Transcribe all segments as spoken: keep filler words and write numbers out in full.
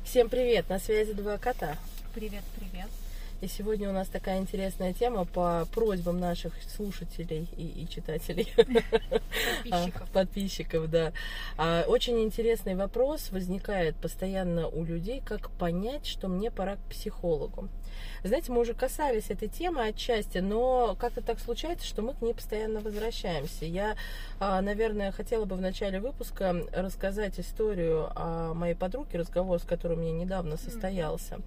Всем привет! На связи два кота. Привет, привет. И сегодня у нас такая интересная тема по просьбам наших слушателей и, и читателей. Подписчиков. Подписчиков, да. Очень интересный вопрос возникает постоянно у людей, как понять, что мне пора к психологу. Знаете, мы уже касались этой темы отчасти, но как-то так случается, что мы к ней постоянно возвращаемся. Я, наверное, хотела бы в начале выпуска рассказать историю о моей подруге, разговор с которой у меня недавно состоялся.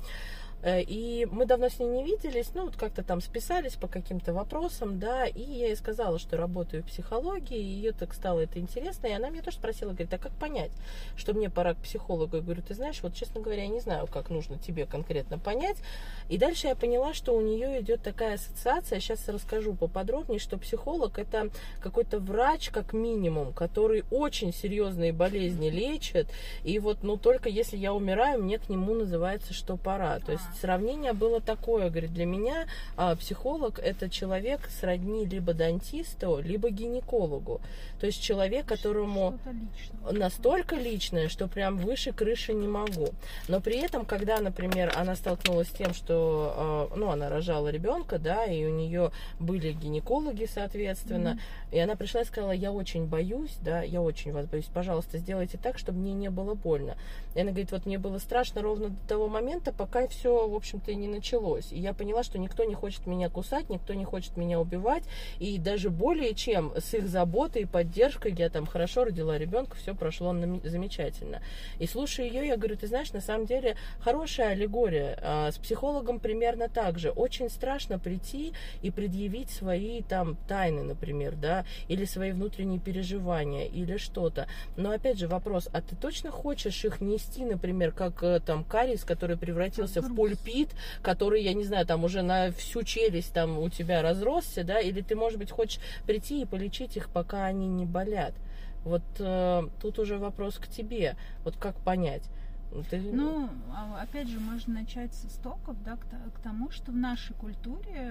И мы давно с ней не виделись, ну вот как-то там списались по каким-то вопросам, да, и я ей сказала, что работаю в психологии, и ее так стало это интересно, и она меня тоже спросила, говорит, а как понять, что мне пора к психологу? Я говорю, ты знаешь, вот честно говоря, я не знаю, как нужно тебе конкретно понять, и дальше я поняла, что у нее идет такая ассоциация, сейчас расскажу поподробнее, что психолог это какой-то врач, как минимум, который очень серьезные болезни лечит, и вот, ну только если я умираю, мне к нему называется, что пора, то есть сравнение было такое, говорит, для меня а, психолог это человек сродни либо дантисту, либо гинекологу. То есть человек, которому настолько личное, что прям выше крыши не могу. Но при этом, когда, например, она столкнулась с тем, что а, ну, она рожала ребенка, да, и у нее были гинекологи, соответственно, mm-hmm. и она пришла и сказала, я очень боюсь, да, я очень вас боюсь, пожалуйста, сделайте так, чтобы мне не было больно. И она говорит, вот мне было страшно ровно до того момента, пока все в общем-то, и не началось. И я поняла, что никто не хочет меня кусать, никто не хочет меня убивать. И даже более чем с их заботой и поддержкой я там хорошо родила ребенка, все прошло замечательно. И слушая ее, я говорю, ты знаешь, на самом деле хорошая аллегория. А с психологом примерно так же. Очень страшно прийти и предъявить свои там тайны, например, да, или свои внутренние переживания, или что-то. Но опять же вопрос, а ты точно хочешь их нести, например, как там кариес, который превратился в пульпит, который, я не знаю, там уже на всю челюсть там у тебя разросся, да, или ты, может быть, хочешь прийти и полечить их, пока они не болят. Вот э, тут уже вопрос к тебе. Вот как понять? Ты... Ну, опять же, можно начать с истоков, да, к, к тому, что в нашей культуре,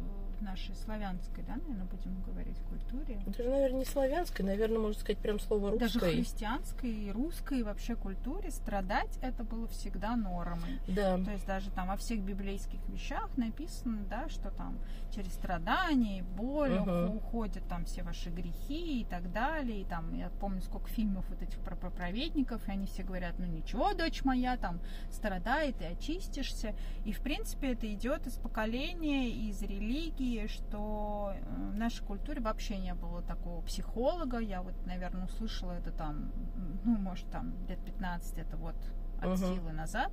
в нашей славянской, да, наверное, будем говорить, культуре. Это же, наверное, не славянской, наверное, можно сказать прям слово русской. Даже христианской и русской и вообще культуре страдать это было всегда нормой. Да. То есть даже там во всех библейских вещах написано, да, что там через страдания и боль uh-huh. уходят там все ваши грехи и так далее. И там, я помню, сколько фильмов вот этих про проповедников, и они все говорят, ну ничего, дочь моя, там страдай, ты очистишься. И в принципе это идет из поколения, из религии, что в нашей культуре вообще не было такого психолога. Я вот, наверное, услышала это там, ну, может, там лет пятнадцать, это вот от uh-huh. силы назад.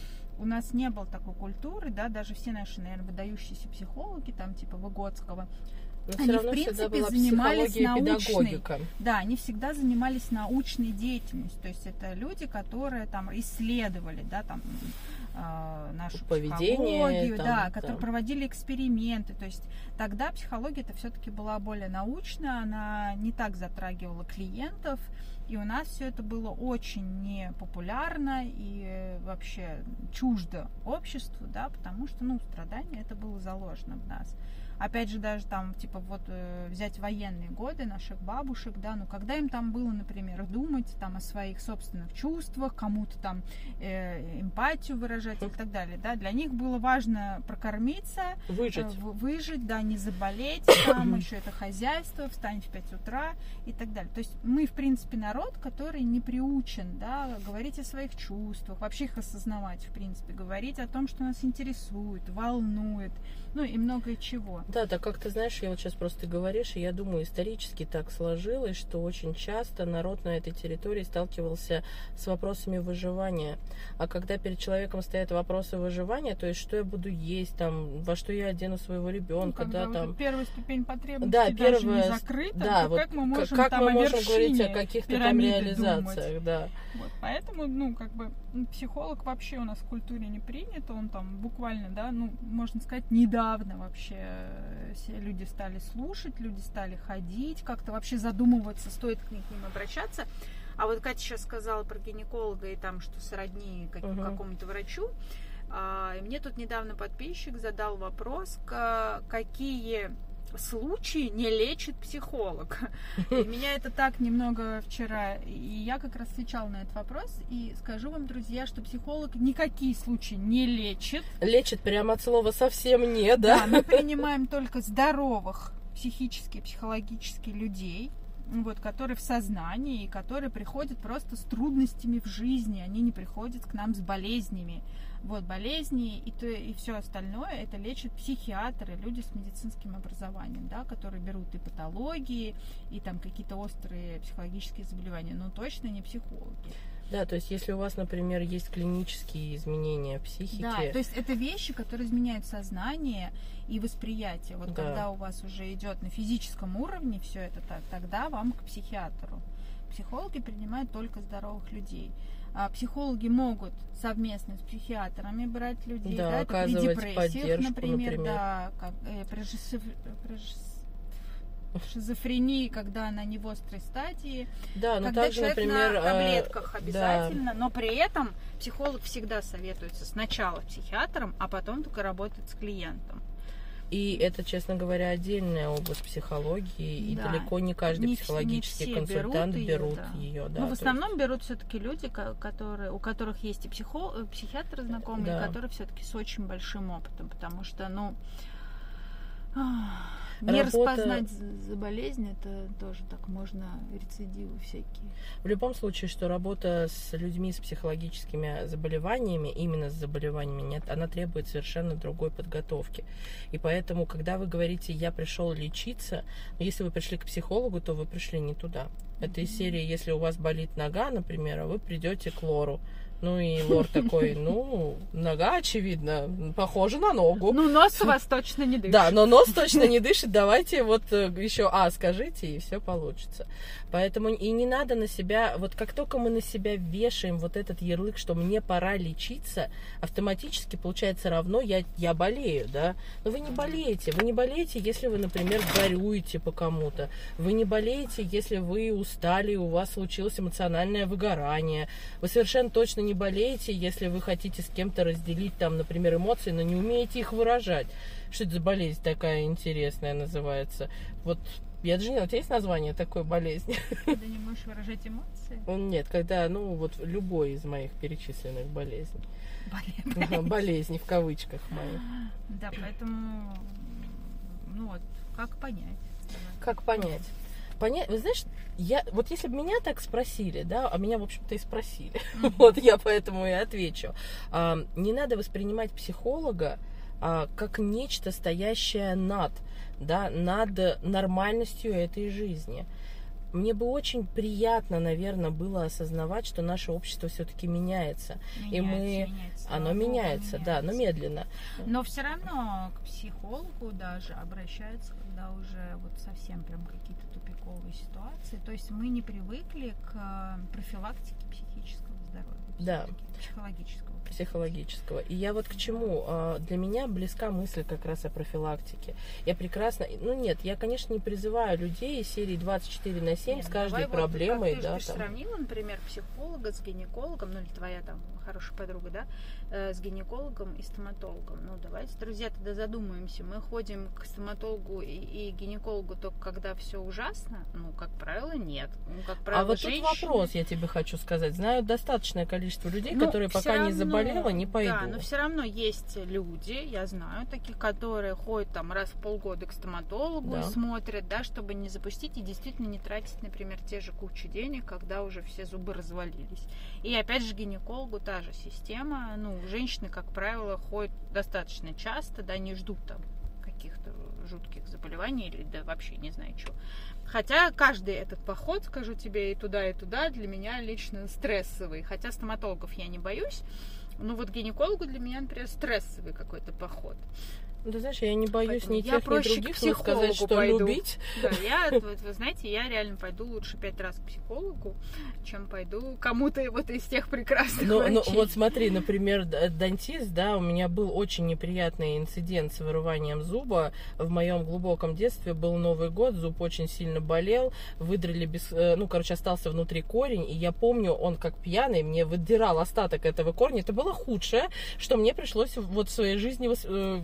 У нас не было такой культуры, да, даже все наши, наверное, выдающиеся психологи, там, типа Выгодского, но они, в принципе, занимались научной, да, они всегда занимались научной деятельностью, то есть это люди, которые там исследовали, да, там, э, нашу поведение, психологию, там, да, которые там. проводили эксперименты, то есть тогда психология это все-таки была более научная, она не так затрагивала клиентов, и у нас все это было очень непопулярно и вообще чуждо обществу, да, потому что, ну, страдание это было заложено в нас. Опять же, даже там, типа, вот э, взять военные годы наших бабушек, да, ну, когда им там было, например, думать там о своих собственных чувствах, кому-то там э, эмпатию выражать и так далее, да, для них было важно прокормиться, выжить, э, выжить, да, не заболеть, там еще это хозяйство, встань в пять утра и так далее. То есть мы, в принципе, народ, который не приучен, да, говорить о своих чувствах, вообще их осознавать, в принципе, говорить о том, что нас интересует, волнует, ну, и многое чего. Да, так как ты знаешь, я вот сейчас просто говоришь, и я думаю, исторически так сложилось, что очень часто народ на этой территории сталкивался с вопросами выживания. А когда перед человеком стоят вопросы выживания, то есть что я буду есть, там, во что я одену своего ребенка, ну, да, вот там. Первая ступень потребности да, даже первая, не закрыта, да, то вот как мы можем, как там, мы о можем говорить о каких-то там реализациях, думать. да. Вот, поэтому, ну, как бы психолог вообще у нас в культуре не принят, он там буквально, да, ну, можно сказать, недавно вообще все люди стали слушать, люди стали ходить, как-то вообще задумываться, стоит к ним обращаться. А вот Катя сейчас сказала про гинеколога и там, что сродни как, uh-huh. какому-то врачу. А, и мне тут недавно подписчик задал вопрос, к, какие случай не лечит психолог. И меня это так немного вчера... И я как раз отвечала на этот вопрос. И скажу вам, друзья, что психолог никакие случаи не лечит. Лечит прямо от слова совсем не, да? Да, мы принимаем только здоровых психически, психологически людей, вот, которые в сознании, и которые приходят просто с трудностями в жизни. Они не приходят к нам с болезнями. Вот, болезни и, то, и все остальное это лечат психиатры, люди с медицинским образованием, да, которые берут и патологии, и там какие-то острые психологические заболевания, но точно не психологи. Да, то есть если у вас, например, есть клинические изменения психики... Да, то есть это вещи, которые изменяют сознание и восприятие. Вот да. Когда у вас уже идет на физическом уровне все это, тогда вам к психиатру. Психологи принимают только здоровых людей. А психологи могут совместно с психиатрами брать людей, да, да, это при депрессиях, например, например. Да, как, э, при, шизоф... при шизофрении, когда она не в острой стадии, да, когда также, человек например, на таблетках э, обязательно, да. но при этом психолог всегда советуется сначала психиатром, а потом только работает с клиентом. И это, честно говоря, отдельная область психологии, и да. далеко не каждый не психологический не консультант берут, берут ее. Да. ее да, Но в основном есть... берут все-таки люди, которые, у которых есть и психо, психиатры знакомые, да. которые все-таки с очень большим опытом, потому что, ну, не Работа... распознать за болезнь, это тоже так можно, рецидивы всякие. В любом случае, что работа с людьми с психологическими заболеваниями, именно с заболеваниями, нет, она требует совершенно другой подготовки. И поэтому, когда вы говорите «я пришел лечиться», если вы пришли к психологу, то вы пришли не туда. Это из серии, если у вас болит нога, например, а вы придете к лору. Ну и лор такой, ну, нога, очевидно, похожа на ногу. Ну, нос у вас точно не дышит. Да, но нос точно не дышит, давайте вот еще «а» скажите, и все получится. Поэтому и не надо на себя, вот как только мы на себя вешаем вот этот ярлык, что мне пора лечиться, автоматически получается равно я, я болею, да. Но вы не болеете, вы не болеете, если вы, например, горюете по кому-то, вы не болеете, если вы устали, у вас случилось эмоциональное выгорание, вы совершенно точно не не болеете, если вы хотите с кем-то разделить, там, например, эмоции, но не умеете их выражать. Что это за болезнь такая интересная называется? Вот, я даже не знаю, у тебя есть название такой болезни? Когда не можешь выражать эмоции? Нет, когда, ну, вот любой из моих перечисленных болезней. Болезнь. Болезни в кавычках моих. Да, поэтому, ну вот, как понять? Как понять? Понять, вы знаешь, я, вот если бы меня так спросили, да, а меня, в общем-то, и спросили, mm-hmm. вот я поэтому и отвечу, а, не надо воспринимать психолога а, как нечто, стоящее над, да, над нормальностью этой жизни. Мне бы очень приятно, наверное, было осознавать, что наше общество все-таки меняется. меняется и мы... меняется, Оно меняется, меняется, да, но медленно. Но все равно к психологу даже обращаются, когда уже вот совсем прям какие-то тупиковые ситуации. То есть мы не привыкли к профилактике психического здоровья. Да. Психологического. Психологического. И я вот к чему? Для меня близка мысль как раз о профилактике. Я прекрасно... Ну нет, я, конечно, не призываю людей из серии двадцать четыре на семь нет, с каждой проблемой. Вот, да, ты же сравнила, например, психолога с гинекологом, ну или твоя там хорошая подруга, да, э, с гинекологом и стоматологом. Ну давайте, друзья, тогда задумаемся. Мы ходим к стоматологу и, и гинекологу только когда все ужасно? Ну, как правило, нет. Ну, как правило, а вот женщины... тут вопрос, я тебе хочу сказать. Знаю достаточное количество людей, ну, которые пока равно, не заболела, не пойду. Да, но все равно есть люди, я знаю таких, которые ходят там раз в полгода к стоматологу да. и смотрят, да, чтобы не запустить и действительно не тратить, например, те же кучу денег, когда уже все зубы развалились. И опять же гинекологу та же система. Ну, женщины, как правило, ходят достаточно часто, да, не ждут там каких-то жутких заболеваний или да вообще не знаю что. Хотя каждый этот поход, скажу тебе, и туда, и туда для меня лично стрессовый. Хотя стоматологов я не боюсь, но вот гинекологу для меня, например, стрессовый какой-то поход. Ну, ты знаешь, я не боюсь Поэтому ни тех, ни других, но сказать, что пойду. любить. Да, я, вот, вы знаете, я реально пойду лучше пять раз к психологу, чем пойду кому-то вот из тех прекрасных ну, врачей. Ну, вот смотри, например, дантист, да, у меня был очень неприятный инцидент с вырыванием зуба. В моем глубоком детстве был Новый год, зуб очень сильно болел, выдрали без... Ну, короче, остался внутри корень, и я помню, он как пьяный мне выдирал остаток этого корня. Это было худшее, что мне пришлось вот в своей жизни пережить.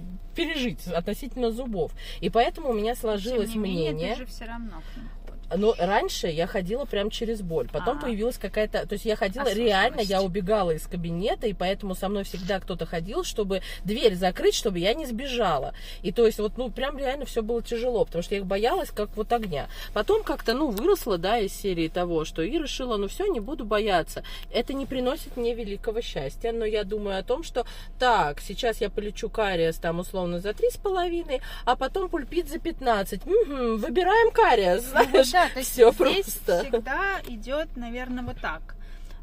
пережить относительно зубов. И поэтому у меня сложилось Тем не менее, мнение... ты же все равно к ним ходишь. Но раньше я ходила прям через боль. Потом А-а. появилась какая-то... То есть я ходила реально, я убегала из кабинета, и поэтому со мной всегда кто-то ходил, чтобы дверь закрыть, чтобы я не сбежала. И то есть вот, ну, прям реально все было тяжело, потому что я их боялась как вот огня. Потом как-то, ну, выросла, да, из серии того, что и решила, ну, все, не буду бояться. Это не приносит мне великого счастья, но я думаю о том, что так, сейчас я полечу кариес там условно за три с половиной, а потом пульпит за пятнадцать. Угу, выбираем кариес, знаешь. Да, то есть все здесь просто. всегда идет, наверное, вот так.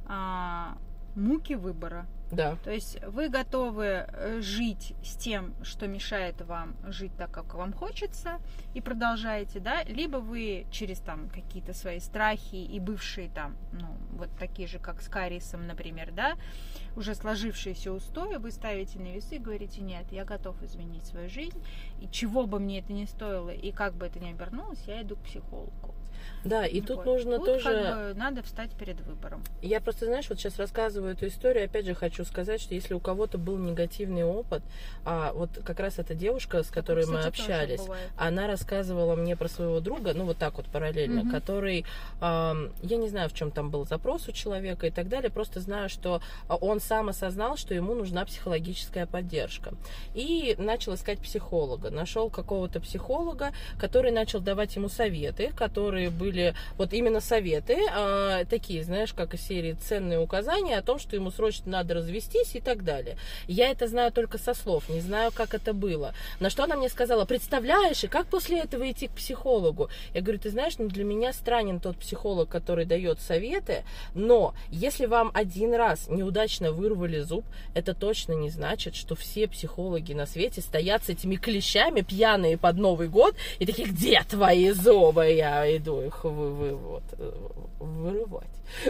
А, муки выбора. Да. То есть вы готовы жить с тем, что мешает вам жить так, как вам хочется, и продолжаете, да, либо вы через там какие-то свои страхи и бывшие там, ну, вот такие же, как с кариесом, например, да, уже сложившиеся устои, вы ставите на весы и говорите: нет, я готов изменить свою жизнь, и чего бы мне это ни стоило, и как бы это ни обернулось, я иду к психологу. Да, и вот. тут нужно тут тоже... Как бы надо встать перед выбором. Я просто, знаешь, вот сейчас рассказываю эту историю, опять же хочу сказать, что если у кого-то был негативный опыт, а вот как раз эта девушка, с которой так, мы кстати, общались, она рассказывала мне про своего друга, ну вот так вот параллельно, mm-hmm. который, э, я не знаю, в чем там был запрос у человека и так далее, просто знаю, что он сам осознал, что ему нужна психологическая поддержка. И начал искать психолога. Нашел какого-то психолога, который начал давать ему советы, которые были вот именно советы, э, такие, знаешь, как из серии ценные указания о том, что ему срочно надо развестись и так далее. Я это знаю только со слов, не знаю, как это было. На что она мне сказала: представляешь, и как после этого идти к психологу? Я говорю: ты знаешь, ну для меня странен тот психолог, который дает советы, но если вам один раз неудачно вырвали зуб, это точно не значит, что все психологи на свете стоят с этими клещами, пьяные под Новый год, и такие: где твои зубы? Я иду их вы, вы, вот, вырывать.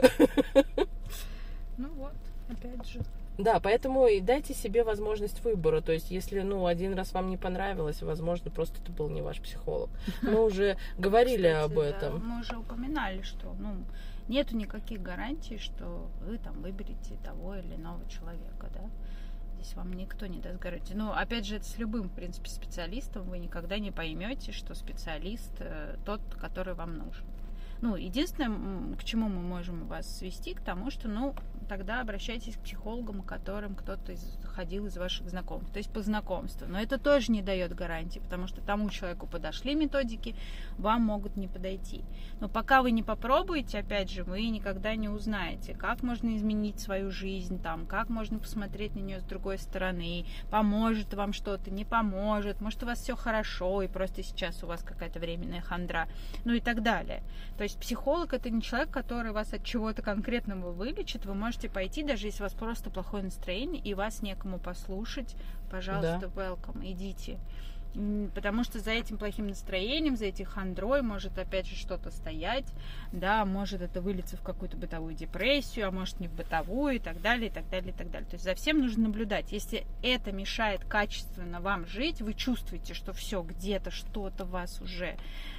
Ну вот, опять же. Да, поэтому и дайте себе возможность выбора. То есть, если, ну, один раз вам не понравилось, возможно, просто это был не ваш психолог. Мы уже говорили Кстати, об этом. Да, мы уже упоминали, что, ну, нету никаких гарантий, что вы там выберете того или иного человека, да. Здесь вам никто не даст гарантии. Но, опять же, это с любым, в принципе, специалистом вы никогда не поймете, что специалист э, тот, который вам нужен. Ну, единственное, к чему мы можем вас свести, к тому, что, ну, тогда обращайтесь к психологам, к которым кто-то из, ходил из ваших знакомых, то есть по знакомству. Но это тоже не дает гарантии, потому что тому человеку подошли методики, вам могут не подойти. Но пока вы не попробуете, опять же, вы никогда не узнаете, как можно изменить свою жизнь, там, как можно посмотреть на нее с другой стороны, поможет вам что-то, не поможет, может, у вас все хорошо, и просто сейчас у вас какая-то временная хандра, ну и так далее. То есть психолог — это не человек, который вас от чего-то конкретного вылечит. Вы можете пойти, даже если у вас просто плохое настроение, и вас некому послушать, пожалуйста, да. welcome, идите. Потому что за этим плохим настроением, за этим хандрой может опять же что-то стоять, да, может это вылиться в какую-то бытовую депрессию, а может не в бытовую, и так далее, и так далее, и так далее. То есть за всем нужно наблюдать. Если это мешает качественно вам жить, вы чувствуете, что все, где-то что-то вас уже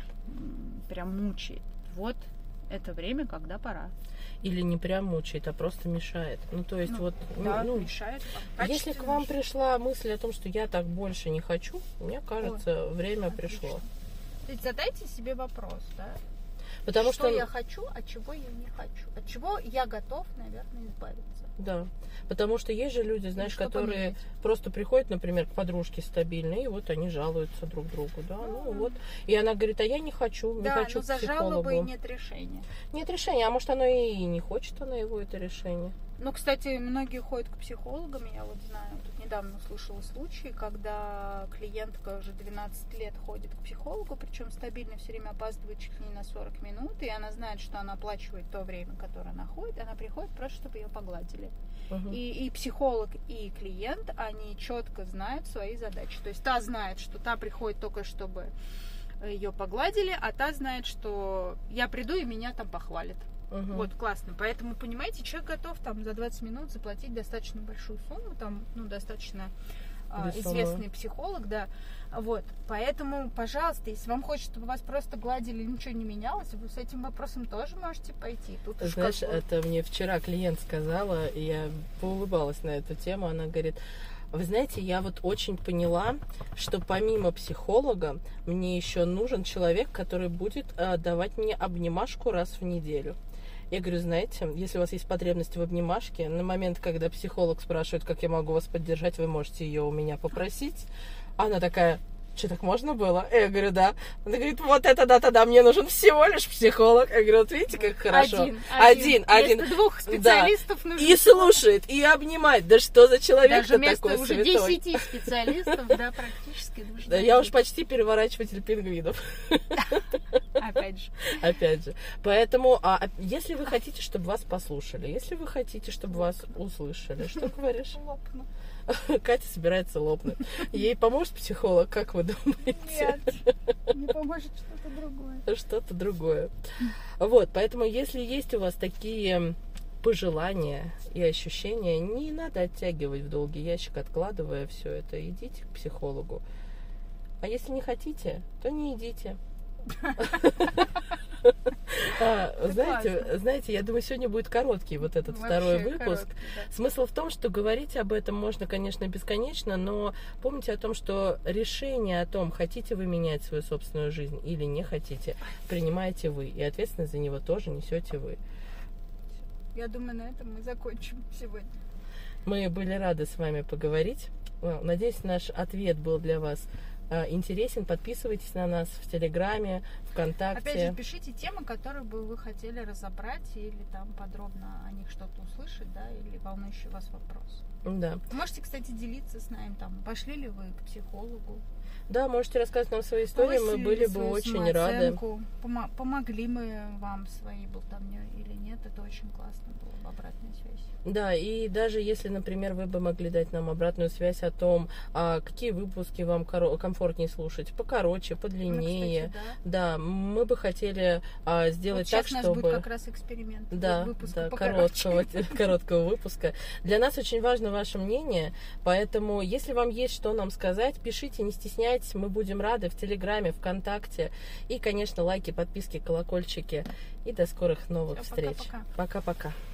прям мучает. Вот это время, когда пора. Или не прям мучает, а просто мешает. Ну, то есть, ну, вот... Да, ну, мешает. Если к вам пришла мысль о том, что я так больше не хочу, мне кажется, Ой, время отлично. пришло. То есть задайте себе вопрос, да? Потому что, что я хочу, а чего я не хочу. От чего я готов, наверное, избавиться. Да, потому что есть же люди, знаешь, которые поменять? просто приходят, например, к подружке стабильной, и вот они жалуются друг другу, да, ну, ну вот. И она говорит: а я не хочу, не да, хочу но к за психологу. жалобой нет решения. Нет решения, а может, оно и не хочет, она его это решение. Ну, кстати, многие ходят к психологам, я вот знаю, тут недавно слышала случай, когда клиентка уже двенадцать лет ходит к психологу, причем стабильно все время опаздывает чуть ли не на сорок минут, и она знает, что она оплачивает то время, которое она ходит, она приходит просто, чтобы ее погладили. Uh-huh. И, и психолог, и клиент, они четко знают свои задачи. То есть та знает, что та приходит только, чтобы ее погладили, а та знает, что я приду, и меня там похвалят. Uh-huh. Вот, классно. Поэтому, понимаете, человек готов там за двадцать минут заплатить достаточно большую сумму, там, ну, достаточно а, известный психолог, да. Вот. Поэтому, пожалуйста, если вам хочется, чтобы вас просто гладили и ничего не менялось, вы с этим вопросом тоже можете пойти. Тут Ты знаешь, это мне вчера клиент сказала, и я поулыбалась на эту тему. Она говорит: Вы знаете, я вот очень поняла, что помимо психолога мне еще нужен человек, который будет э, давать мне обнимашку раз в неделю. Я говорю, знаете, если у вас есть потребность в обнимашке, на момент, когда психолог спрашивает, как я могу вас поддержать, вы можете ее у меня попросить. Она такая... Что, так можно было? Я говорю, да. Она говорит, вот это да-да-да, мне нужен всего лишь психолог. Я говорю, вот видите, как хорошо. Один, один. один. Вместо двух специалистов да. нужен И слушает, и обнимает. Да что за человек-то Даже такой вместо святой? уже десяти специалистов, да, практически нужно. Да, я уж почти переворачиватель пингвинов. Опять же. Опять же. Поэтому, а если вы хотите, чтобы вас послушали, если вы хотите, чтобы вас услышали, что говоришь? Лопну. Катя собирается лопнуть. Ей поможет психолог, как вы думаете? Нет, не поможет что-то другое. Что-то другое. Вот, поэтому, если есть у вас такие пожелания и ощущения, не надо оттягивать в долгий ящик, откладывая все это. Идите к психологу. А если не хотите, то не идите. А, знаете, знаете, я думаю, сегодня будет короткий вот этот Вообще второй выпуск. короткий, да. Смысл в том, что говорить об этом можно, конечно, бесконечно, но помните о том, что решение о том, хотите вы менять свою собственную жизнь или не хотите, принимаете вы, и ответственность за него тоже несете вы. Я думаю, на этом мы закончим сегодня. Мы были рады с вами поговорить. Надеюсь, наш ответ был для вас интересен. Подписывайтесь на нас в Телеграме, ВКонтакте. Опять же, пишите темы, которые бы вы хотели разобрать или там подробно о них что-то услышать, да, или волнующий вас вопрос. Да. Можете, кстати, делиться с нами, там, пошли ли вы к психологу. Да, можете рассказать нам свои истории, мы были бы очень рады. Пом- помогли мы вам своей болтовней или нет, это очень классно было бы, обратная связь. Да, и даже если, например, вы бы могли дать нам обратную связь о том, а, какие выпуски вам коро- комфортнее слушать, покороче, подлиннее. Ну, кстати, да. да, мы бы хотели а, сделать вот так, сейчас чтобы... у нас будет как раз эксперимент. Да, да, короткого, короткого выпуска. Для нас очень важно ваше мнение, поэтому, если вам есть что нам сказать, пишите, не стесняйтесь, мы будем рады в Телеграме, ВКонтакте. И, конечно, лайки, подписки, колокольчики. И до скорых новых Всё, встреч. пока-пока. Пока-пока.